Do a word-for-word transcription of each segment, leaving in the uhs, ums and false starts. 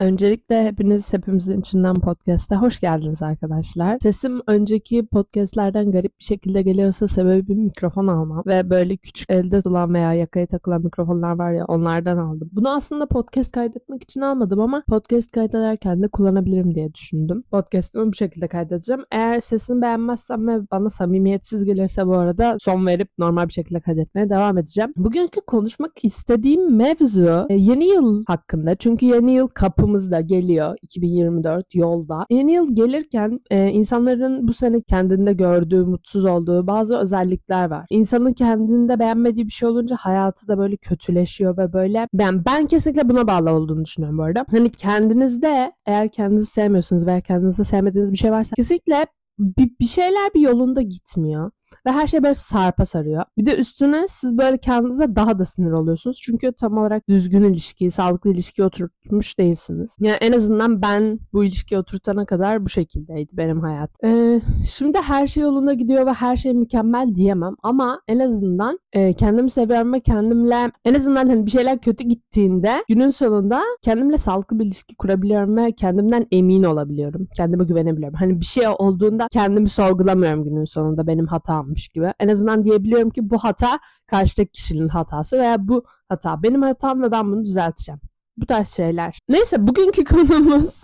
Öncelikle hepiniz hepimizin içinden podcast'a hoş geldiniz arkadaşlar. Sesim önceki podcastlerden garip bir şekilde geliyorsa sebebi mikrofon almam. Ve böyle küçük elde tutulan veya yakaya takılan mikrofonlar var ya, onlardan aldım. Bunu aslında podcast kaydetmek için almadım ama podcast kaydederken de kullanabilirim diye düşündüm. Podcast'ımı bu şekilde kaydedeceğim. Eğer sesini beğenmezsem ve bana samimiyetsiz gelirse bu arada son verip normal bir şekilde kaydetmeye devam edeceğim. Bugünkü konuşmak istediğim mevzu yeni yıl hakkında. Çünkü yeni yıl kapımızda geliyor. iki bin yirmi dört yolda. Yeni yıl gelirken e, insanların bu sene kendinde gördüğü, mutsuz olduğu bazı özellikler var. İnsanın kendinde beğenmediği bir şey olunca hayatı da böyle kötüleşiyor ve böyle ben ben kesinlikle buna bağlı olduğunu düşünüyorum bu arada. Hani kendinizde eğer kendinizi sevmiyorsunuz veya kendinizde sevmediğiniz bir şey varsa kesinlikle bir, bir şeyler bir yolunda gitmiyor. Ve her şey böyle sarpa sarıyor. Bir de üstüne siz böyle kendinize daha da sinir oluyorsunuz. Çünkü tam olarak düzgün ilişkiyi, sağlıklı ilişkiyi oturtmuş değilsiniz. Yani en azından ben bu ilişkiyi oturtana kadar bu şekildeydi benim hayat. Ee, şimdi her şey yolunda gidiyor ve her şey mükemmel diyemem. Ama en azından e, kendimi seviyorum ve kendimle en azından hani bir şeyler kötü gittiğinde günün sonunda kendimle sağlıklı bir ilişki kurabiliyorum ve kendimden emin olabiliyorum. Kendime güvenebiliyorum. Hani bir şey olduğunda kendimi sorgulamıyorum günün sonunda benim hatam gibi. En azından diyebiliyorum ki bu hata karşıdaki kişinin hatası veya bu hata benim hatam ve ben bunu düzelteceğim. Bu tarz şeyler. Neyse bugünkü konumuz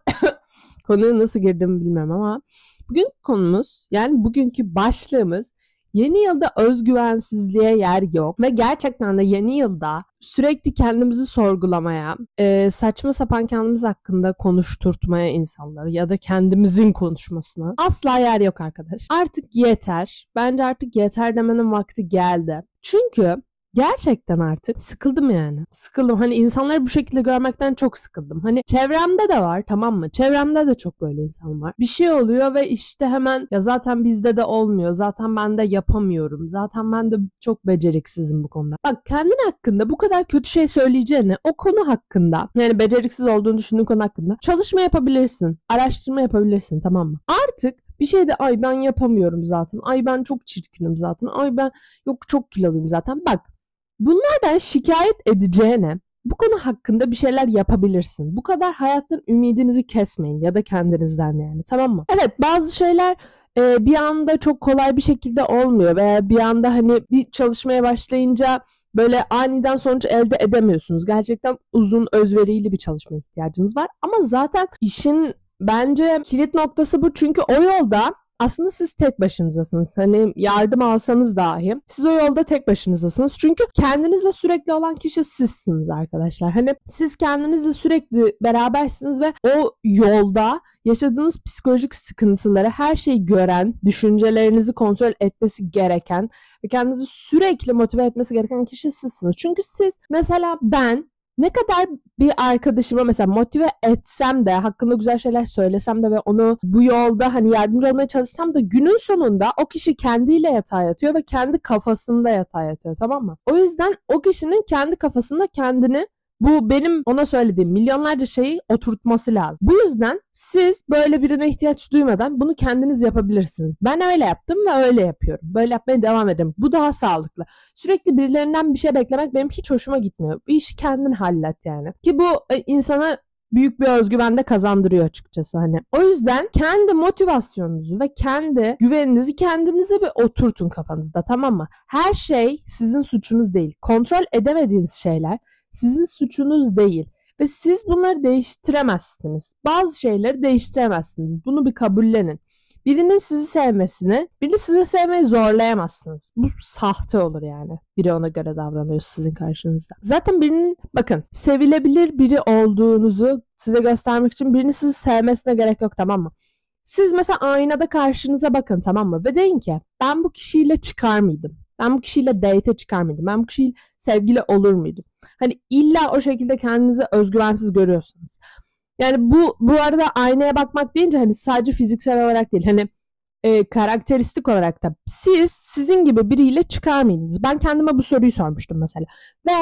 konuya nasıl girdim bilmem ama bugünkü konumuz yani bugünkü başlığımız yeni yılda özgüvensizliğe yer yok ve gerçekten de yeni yılda sürekli kendimizi sorgulamaya, e, saçma sapan kendimiz hakkında konuşturtmaya insanları ya da kendimizin konuşmasına asla yer yok arkadaş. Artık yeter. Bence artık yeter demenin vakti geldi. Çünkü gerçekten artık sıkıldım yani. Sıkıldım. Hani insanları bu şekilde görmekten çok sıkıldım. Hani çevremde de var, tamam mı? Çevremde de çok böyle insan var. Bir şey oluyor ve işte hemen ya zaten bizde de olmuyor. Zaten ben de yapamıyorum. Zaten ben de çok beceriksizim bu konuda. Bak kendin hakkında bu kadar kötü şey söyleyeceğine o konu hakkında yani beceriksiz olduğunu düşündüğün konu hakkında çalışma yapabilirsin. Araştırma yapabilirsin, tamam mı? Artık bir şeyde ay ben yapamıyorum zaten. Ay ben çok çirkinim zaten. Ay ben yok çok kiloluyum zaten. Bak bunlardan şikayet edeceğine bu konu hakkında bir şeyler yapabilirsin. Bu kadar hayattan ümidinizi kesmeyin ya da kendinizden yani, tamam mı? Evet, bazı şeyler e, bir anda çok kolay bir şekilde olmuyor veya bir anda hani bir çalışmaya başlayınca böyle aniden sonuç elde edemiyorsunuz. Gerçekten uzun özverili bir çalışma ihtiyacınız var ama zaten işin bence kilit noktası bu, çünkü o yolda aslında siz tek başınızasınız. Hani yardım alsanız dahi siz o yolda tek başınızasınız. Çünkü kendinizle sürekli olan kişi sizsiniz arkadaşlar. Hani siz kendinizle sürekli berabersiniz ve o yolda yaşadığınız psikolojik sıkıntıları, her şeyi gören, düşüncelerinizi kontrol etmesi gereken ve kendinizi sürekli motive etmesi gereken kişi sizsiniz. Çünkü siz mesela ben ne kadar bir arkadaşıma mesela motive etsem de, hakkında güzel şeyler söylesem de ve onu bu yolda hani yardımcı olmaya çalışsam da günün sonunda o kişi kendiyle yatağa yatıyor ve kendi kafasında yatağa yatıyor, tamam mı? O yüzden o kişinin kendi kafasında kendini bu benim ona söylediğim milyonlarca şeyi oturtması lazım. Bu yüzden siz böyle birine ihtiyaç duymadan bunu kendiniz yapabilirsiniz. Ben öyle yaptım ve öyle yapıyorum. Böyle yapmaya devam ederim. Bu daha sağlıklı. Sürekli birilerinden bir şey beklemek benim hiç hoşuma gitmiyor. Bu işi kendin hallet yani. Ki bu insana büyük bir özgüven de kazandırıyor açıkçası hani. O yüzden kendi motivasyonunuzu ve kendi güveninizi kendinize bir oturtun kafanızda, tamam mı? Her şey sizin suçunuz değil. Kontrol edemediğiniz şeyler sizin suçunuz değil ve siz bunları değiştiremezsiniz. Bazı şeyleri değiştiremezsiniz. Bunu bir kabullenin. Birinin sizi sevmesini, birini sizi sevmeyi zorlayamazsınız. Bu sahte olur yani. Biri ona göre davranıyor sizin karşınızda. Zaten birinin, bakın, sevilebilir biri olduğunuzu size göstermek için birinin sizi sevmesine gerek yok, tamam mı? Siz mesela aynada karşınıza bakın, tamam mı? Ve deyin ki ben bu kişiyle çıkar mıydım? Ben bu kişiyle date'e çıkar mıydım? Ben bu kişiyle sevgili olur muydum? Hani illa o şekilde kendinizi özgüvensiz görüyorsunuz. Yani bu bu arada aynaya bakmak deyince hani sadece fiziksel olarak değil. Hani e, karakteristik olarak da siz sizin gibi biriyle çıkar mıydınız? Ben kendime bu soruyu sormuştum mesela. Ve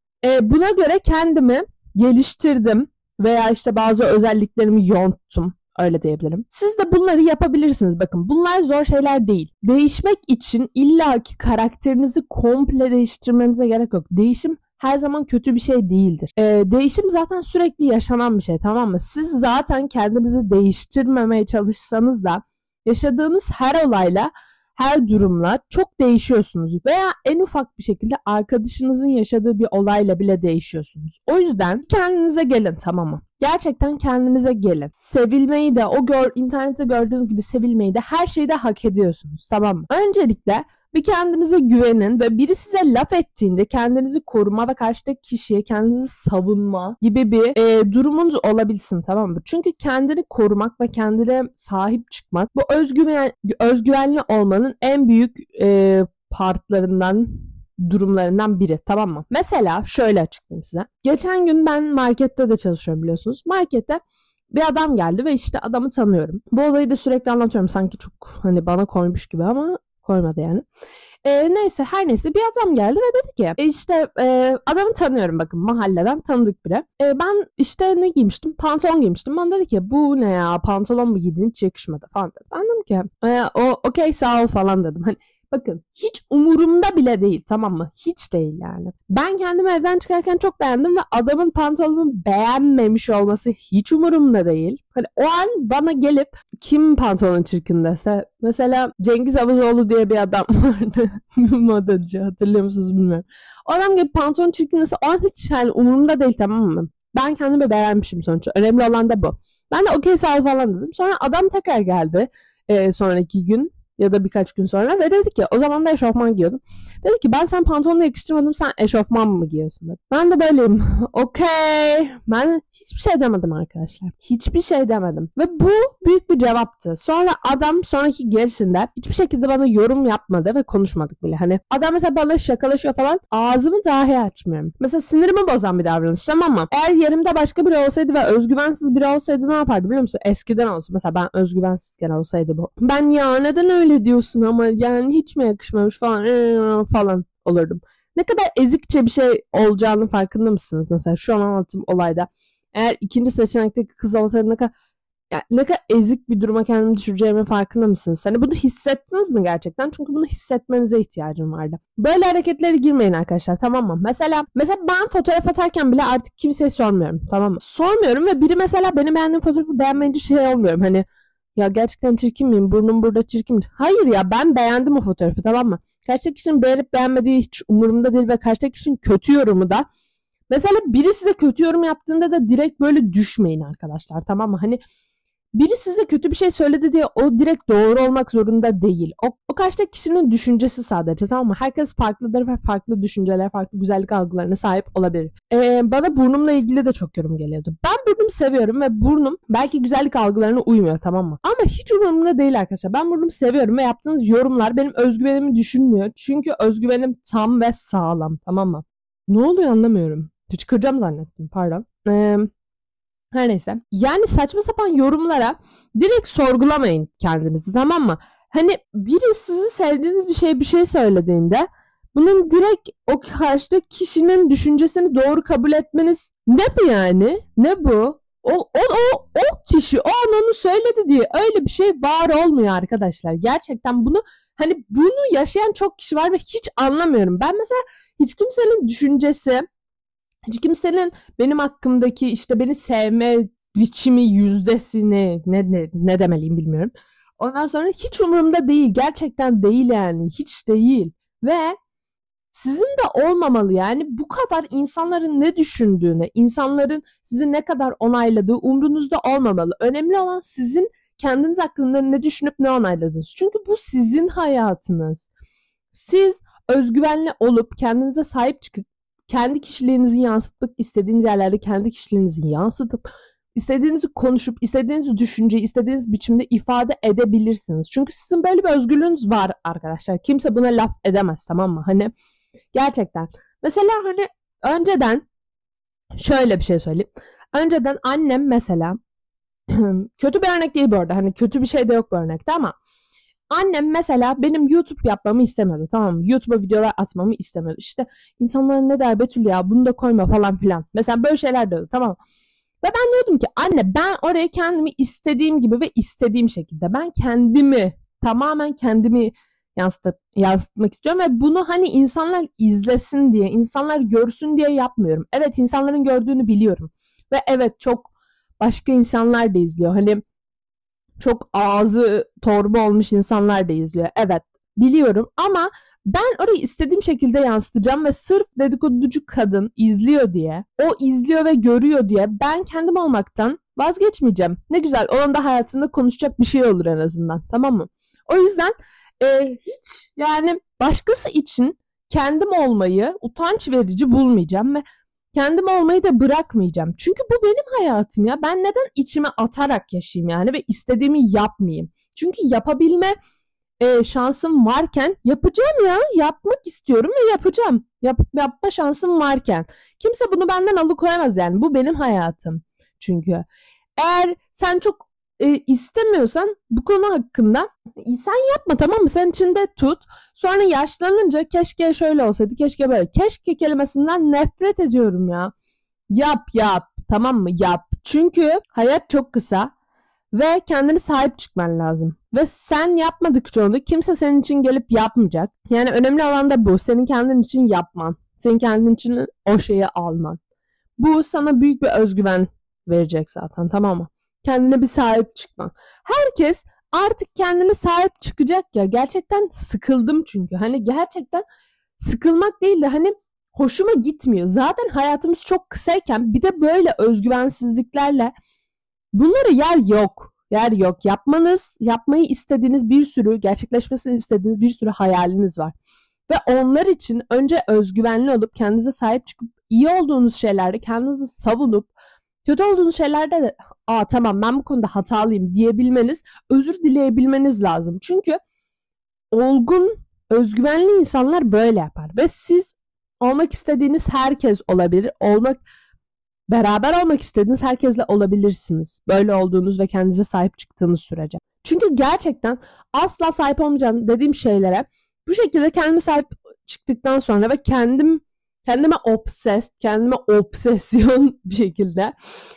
e, buna göre kendimi geliştirdim veya işte bazı özelliklerimi yonttum. Öyle diyebilirim. Siz de bunları yapabilirsiniz. Bakın bunlar zor şeyler değil. Değişmek için illaki karakterinizi komple değiştirmenize gerek yok. Değişim her zaman kötü bir şey değildir. Ee, değişim zaten sürekli yaşanan bir şey, tamam mı? Siz zaten kendinizi değiştirmemeye çalışsanız da yaşadığınız her olayla, her durumla çok değişiyorsunuz. Veya en ufak bir şekilde arkadaşınızın yaşadığı bir olayla bile değişiyorsunuz. O yüzden kendinize gelin, tamam mı? Gerçekten kendinize gelin. Sevilmeyi de, o gör, internette gördüğünüz gibi sevilmeyi de, her şeyi de hak ediyorsunuz, tamam mı? Öncelikle bir kendinize güvenin ve biri size laf ettiğinde kendinizi koruma ve karşıdaki kişiye kendinizi savunma gibi bir e, durumunuz olabilsin, tamam mı? Çünkü kendini korumak ve kendine sahip çıkmak, bu özgüven, özgüvenli olmanın en büyük e, partlarından, durumlarından biri, tamam mı? Mesela şöyle açıklayayım size. Geçen gün ben markette de çalışıyorum, biliyorsunuz. Markette bir adam geldi ve işte adamı tanıyorum. Bu olayı da sürekli anlatıyorum, sanki çok hani bana koymuş gibi ama koymadı yani. E, neyse her neyse bir adam geldi ve dedi ki e işte e, adamı tanıyorum, bakın mahalleden tanıdık biri. E, ben işte ne giymiştim? Pantolon giymiştim. Bana dedi ki bu ne ya, pantolon mu giydin, hiç yakışmadı falan dedi. Ben dedim ki e, o okey sağ ol falan dedim. Hani bakın hiç umurumda bile değil, tamam mı? Hiç değil yani. Ben kendimi evden çıkarken çok beğendim ve adamın pantolonumu beğenmemiş olması hiç umurumda değil. Hani o an bana gelip kim pantolonu çirkin dese, mesela Cengiz Avuzoğlu diye bir adam vardı. Modacı, hatırlıyor musunuz bilmiyorum. O adam gelip pantolonu çirkin dese o an hiç yani umurumda değil, tamam mı? Ben kendimi beğenmişim sonuçta. Önemli olan da bu. Ben de okey sağ ol falan dedim. Sonra adam tekrar geldi. E, sonraki gün ya da birkaç gün sonra ve dedi ki, o zaman da eşofman giyiyordum. Dedi ki ben sen pantolonla yakıştırmadım, sen eşofman mı giyiyorsun dedi. Ben de böyleyim. Okey. Ben hiçbir şey demedim arkadaşlar. Hiçbir şey demedim. Ve bu büyük bir cevaptı. Sonra adam sonraki gelişinde hiçbir şekilde bana yorum yapmadı ve konuşmadık bile. Hani adam mesela bana şakalaşıyor falan, ağzımı dahi açmıyorum. Mesela sinirimi bozan bir davranış, tamam mı? Eğer yerimde başka biri olsaydı ve özgüvensiz biri olsaydı ne yapardı biliyor musun? Eskiden olsun. Mesela ben özgüvensizken olsaydı bu. Ben ya neden öyle diyorsun ama yani hiç mi yakışmamış falan ee, falan olurdum. Ne kadar ezikçe bir şey olacağının farkında mısınız? Mesela şu an anlattığım olayda eğer ikinci seçenekteki kız olsaydı ne kadar, yani ne kadar ezik bir duruma kendimi düşüreceğimin farkında mısınız? Hani bunu hissettiniz mi gerçekten? Çünkü bunu hissetmenize ihtiyacım vardı. Böyle hareketlere girmeyin arkadaşlar, tamam mı? Mesela mesela ben fotoğraf atarken bile artık kimseye sormuyorum, tamam mı? Sormuyorum ve biri mesela benim beğendiğim fotoğrafı beğenmeyince şey olmuyorum. Hani ya gerçekten çirkin miyim? Burnum burada çirkin mi? Hayır ya, ben beğendim o fotoğrafı, tamam mı? Karşıdaki kişinin beğenip beğenmediği hiç umurumda değil ve karşıdaki kişinin kötü yorumu da, mesela biri size kötü yorum yaptığında da direkt böyle düşmeyin arkadaşlar, tamam mı? Hani biri size kötü bir şey söyledi diye o direkt doğru olmak zorunda değil. O, o karşıdaki kişinin düşüncesi sadece, tamam mı? Herkes farklıdır ve farklı düşünceler, farklı güzellik algılarına sahip olabilir. Ee, bana burnumla ilgili de çok yorum geliyordu. Ben burnumu seviyorum ve burnum belki güzellik algılarına uymuyor, tamam mı? Ama hiç umurumda değil arkadaşlar. Ben burnumu seviyorum ve yaptığınız yorumlar benim özgüvenimi düşünmüyor. Çünkü özgüvenim tam ve sağlam, tamam mı? Ne oluyor anlamıyorum. Hiç kıracağım zannettim, pardon. Eee... Her neyse. Yani saçma sapan yorumlara direkt sorgulamayın kendinizi, tamam mı? Hani biri sizi sevdiğiniz bir şey bir şey söylediğinde bunun direkt o karşıdaki kişinin düşüncesini doğru kabul etmeniz ne bu yani? Ne bu? O, o, o, o kişi o an onu söyledi diye öyle bir şey var olmuyor arkadaşlar. Gerçekten bunu hani bunu yaşayan çok kişi var ve hiç anlamıyorum. Ben mesela hiç kimsenin düşüncesi, hiç kimsenin benim hakkımdaki işte beni sevme biçimi, yüzdesini ne, ne, ne demeliyim bilmiyorum. Ondan sonra hiç umurumda değil. Gerçekten değil yani. Hiç değil. Ve sizin de olmamalı yani. Bu kadar insanların ne düşündüğüne, insanların sizi ne kadar onayladığı umrunuzda olmamalı. Önemli olan sizin kendiniz hakkında ne düşünüp ne onayladığınız. Çünkü bu sizin hayatınız. Siz özgüvenli olup kendinize sahip çıkıp kendi kişiliğinizi yansıtmak istediğiniz yerlerde kendi kişiliğinizi yansıtıp istediğinizi konuşup istediğiniz düşünceyi istediğiniz biçimde ifade edebilirsiniz. Çünkü sizin böyle bir özgürlüğünüz var arkadaşlar. Kimse buna laf edemez, tamam mı? Hani gerçekten. Mesela hani önceden şöyle bir şey söyleyeyim. Önceden annem mesela kötü bir örnek değil bu arada. Hani kötü bir şey de yok bu örnekte ama annem mesela benim YouTube yapmamı istemiyordu, tamam mı? YouTube'a videolar atmamı istemiyordu. İşte insanlar ne der Betül ya bunu da koyma falan filan. Mesela böyle şeyler diyordu, tamam mı? Ve ben diyordum ki anne ben oraya kendimi istediğim gibi ve istediğim şekilde ben kendimi tamamen kendimi yansıt, yansıtmak istiyorum ve bunu hani insanlar izlesin diye, insanlar görsün diye yapmıyorum. Evet, insanların gördüğünü biliyorum ve evet, çok başka insanlar da izliyor. Hani çok ağzı torba olmuş insanlar da izliyor. Evet, biliyorum ama ben orayı istediğim şekilde yansıtacağım ve sırf dedikoducu kadın izliyor diye, o izliyor ve görüyor diye ben kendim olmaktan vazgeçmeyeceğim. Ne güzel, onun da hayatında konuşacak bir şey olur en azından, tamam mı? O yüzden e, hiç yani başkası için kendim olmayı utanç verici bulmayacağım ve kendim olmayı da bırakmayacağım. Çünkü bu benim hayatım ya. Ben neden içime atarak yaşayayım yani ve istediğimi yapmayayım? Çünkü yapabilme e, şansım varken yapacağım ya. Yapmak istiyorum ve yapacağım. Yap, yapma şansım varken. Kimse bunu benden alıkoyamaz yani. Bu benim hayatım çünkü. Eğer sen çok e, istemiyorsan bu konu hakkında e, sen yapma, tamam mı? Sen içinde tut. Sonra yaşlanınca keşke şöyle olsaydı, keşke böyle. Keşke kelimesinden nefret ediyorum ya. Yap yap, tamam mı? Yap. Çünkü hayat çok kısa ve kendine sahip çıkman lazım. Ve sen yapmadıkça onu kimse senin için gelip yapmayacak. Yani önemli olan da bu. Senin kendin için yapman. Senin kendin için o şeyi alman. Bu sana büyük bir özgüven verecek zaten, tamam mı? Kendine bir sahip çıkma. Herkes artık kendine sahip çıkacak ya. Gerçekten sıkıldım çünkü. Hani gerçekten sıkılmak değil de hani hoşuma gitmiyor. Zaten hayatımız çok kısayken bir de böyle özgüvensizliklerle bunlara yer yok. Yer yok. Yapmanız, yapmayı istediğiniz bir sürü, gerçekleşmesini istediğiniz bir sürü hayaliniz var. Ve onlar için önce özgüvenli olup kendinize sahip çıkıp iyi olduğunuz şeylerde kendinizi savunup kötü olduğunuz şeylerde de aa tamam ben bu konuda hatalıyım diyebilmeniz, özür dileyebilmeniz lazım. Çünkü olgun, özgüvenli insanlar böyle yapar. Ve siz olmak istediğiniz herkes olabilir. Olmak, beraber olmak istediğiniz herkesle olabilirsiniz. Böyle olduğunuz ve kendinize sahip çıktığınız sürece. Çünkü gerçekten asla sahip olmayacağım dediğim şeylere bu şekilde kendime sahip çıktıktan sonra ve kendim kendime obsessed, kendime obsesyon bir şekilde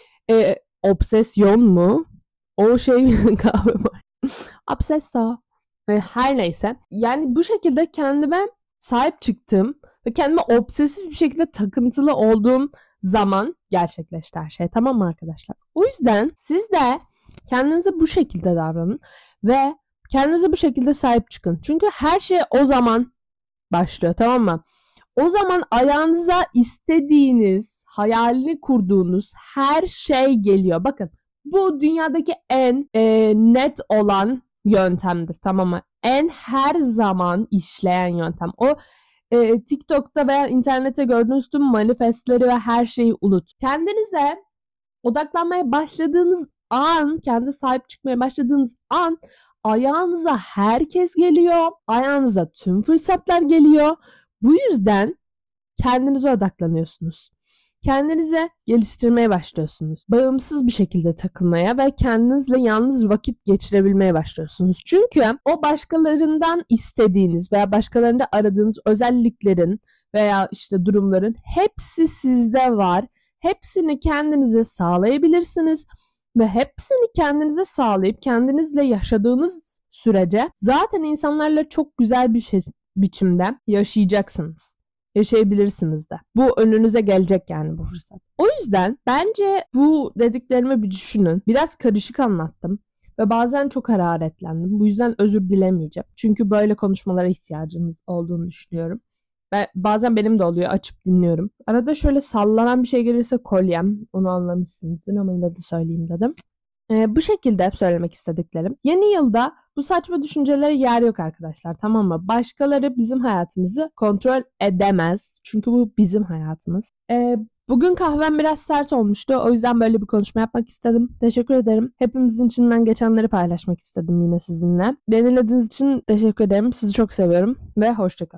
e, obsesyon mu? O şey kavramı var. Obsessa. E, her neyse. Yani bu şekilde kendime sahip çıktığım ve kendime obsesif bir şekilde takıntılı olduğum zaman gerçekleşti her şey. Tamam mı arkadaşlar? O yüzden siz de kendinize bu şekilde davranın ve kendinize bu şekilde sahip çıkın. Çünkü her şey o zaman başlıyor, tamam mı? O zaman ayağınıza istediğiniz, hayalini kurduğunuz her şey geliyor. Bakın bu dünyadaki en e, net olan yöntemdir, tamam mı? En her zaman işleyen yöntem. O e, TikTok'ta veya internette gördüğünüz tüm manifestleri ve her şeyi unut. Kendinize odaklanmaya başladığınız an, kendi sahip çıkmaya başladığınız an ayağınıza herkes geliyor. Ayağınıza tüm fırsatlar geliyor. Bu yüzden kendinize odaklanıyorsunuz. Kendinize geliştirmeye başlıyorsunuz. Bağımsız bir şekilde takılmaya ve kendinizle yalnız vakit geçirebilmeye başlıyorsunuz. Çünkü o başkalarından istediğiniz veya başkalarında aradığınız özelliklerin veya işte durumların hepsi sizde var. Hepsini kendinize sağlayabilirsiniz. Ve hepsini kendinize sağlayıp kendinizle yaşadığınız sürece zaten insanlarla çok güzel bir şey, biçimde yaşayacaksınız. Yaşayabilirsiniz de. Bu önünüze gelecek yani bu fırsat. O yüzden bence bu dediklerimi bir düşünün. Biraz karışık anlattım ve bazen çok hararetlendim. Bu yüzden özür dilemeyeceğim. Çünkü böyle konuşmalara ihtiyacınız olduğunu düşünüyorum. Ve bazen benim de oluyor, açıp dinliyorum. Arada şöyle sallanan bir şey gelirse kolyem, onu anlamışsınızdır ama yine de söyleyeyim dedim. Ee, bu şekilde söylemek istediklerim. Yeni yılda bu saçma düşüncelere yer yok arkadaşlar, tamam mı? Başkaları bizim hayatımızı kontrol edemez. Çünkü bu bizim hayatımız. Ee, bugün kahvem biraz sert olmuştu. O yüzden böyle bir konuşma yapmak istedim. Teşekkür ederim. Hepimizin içinden geçenleri paylaşmak istedim yine sizinle. Beni dinlediğiniz için teşekkür ederim. Sizi çok seviyorum ve hoşça kalın.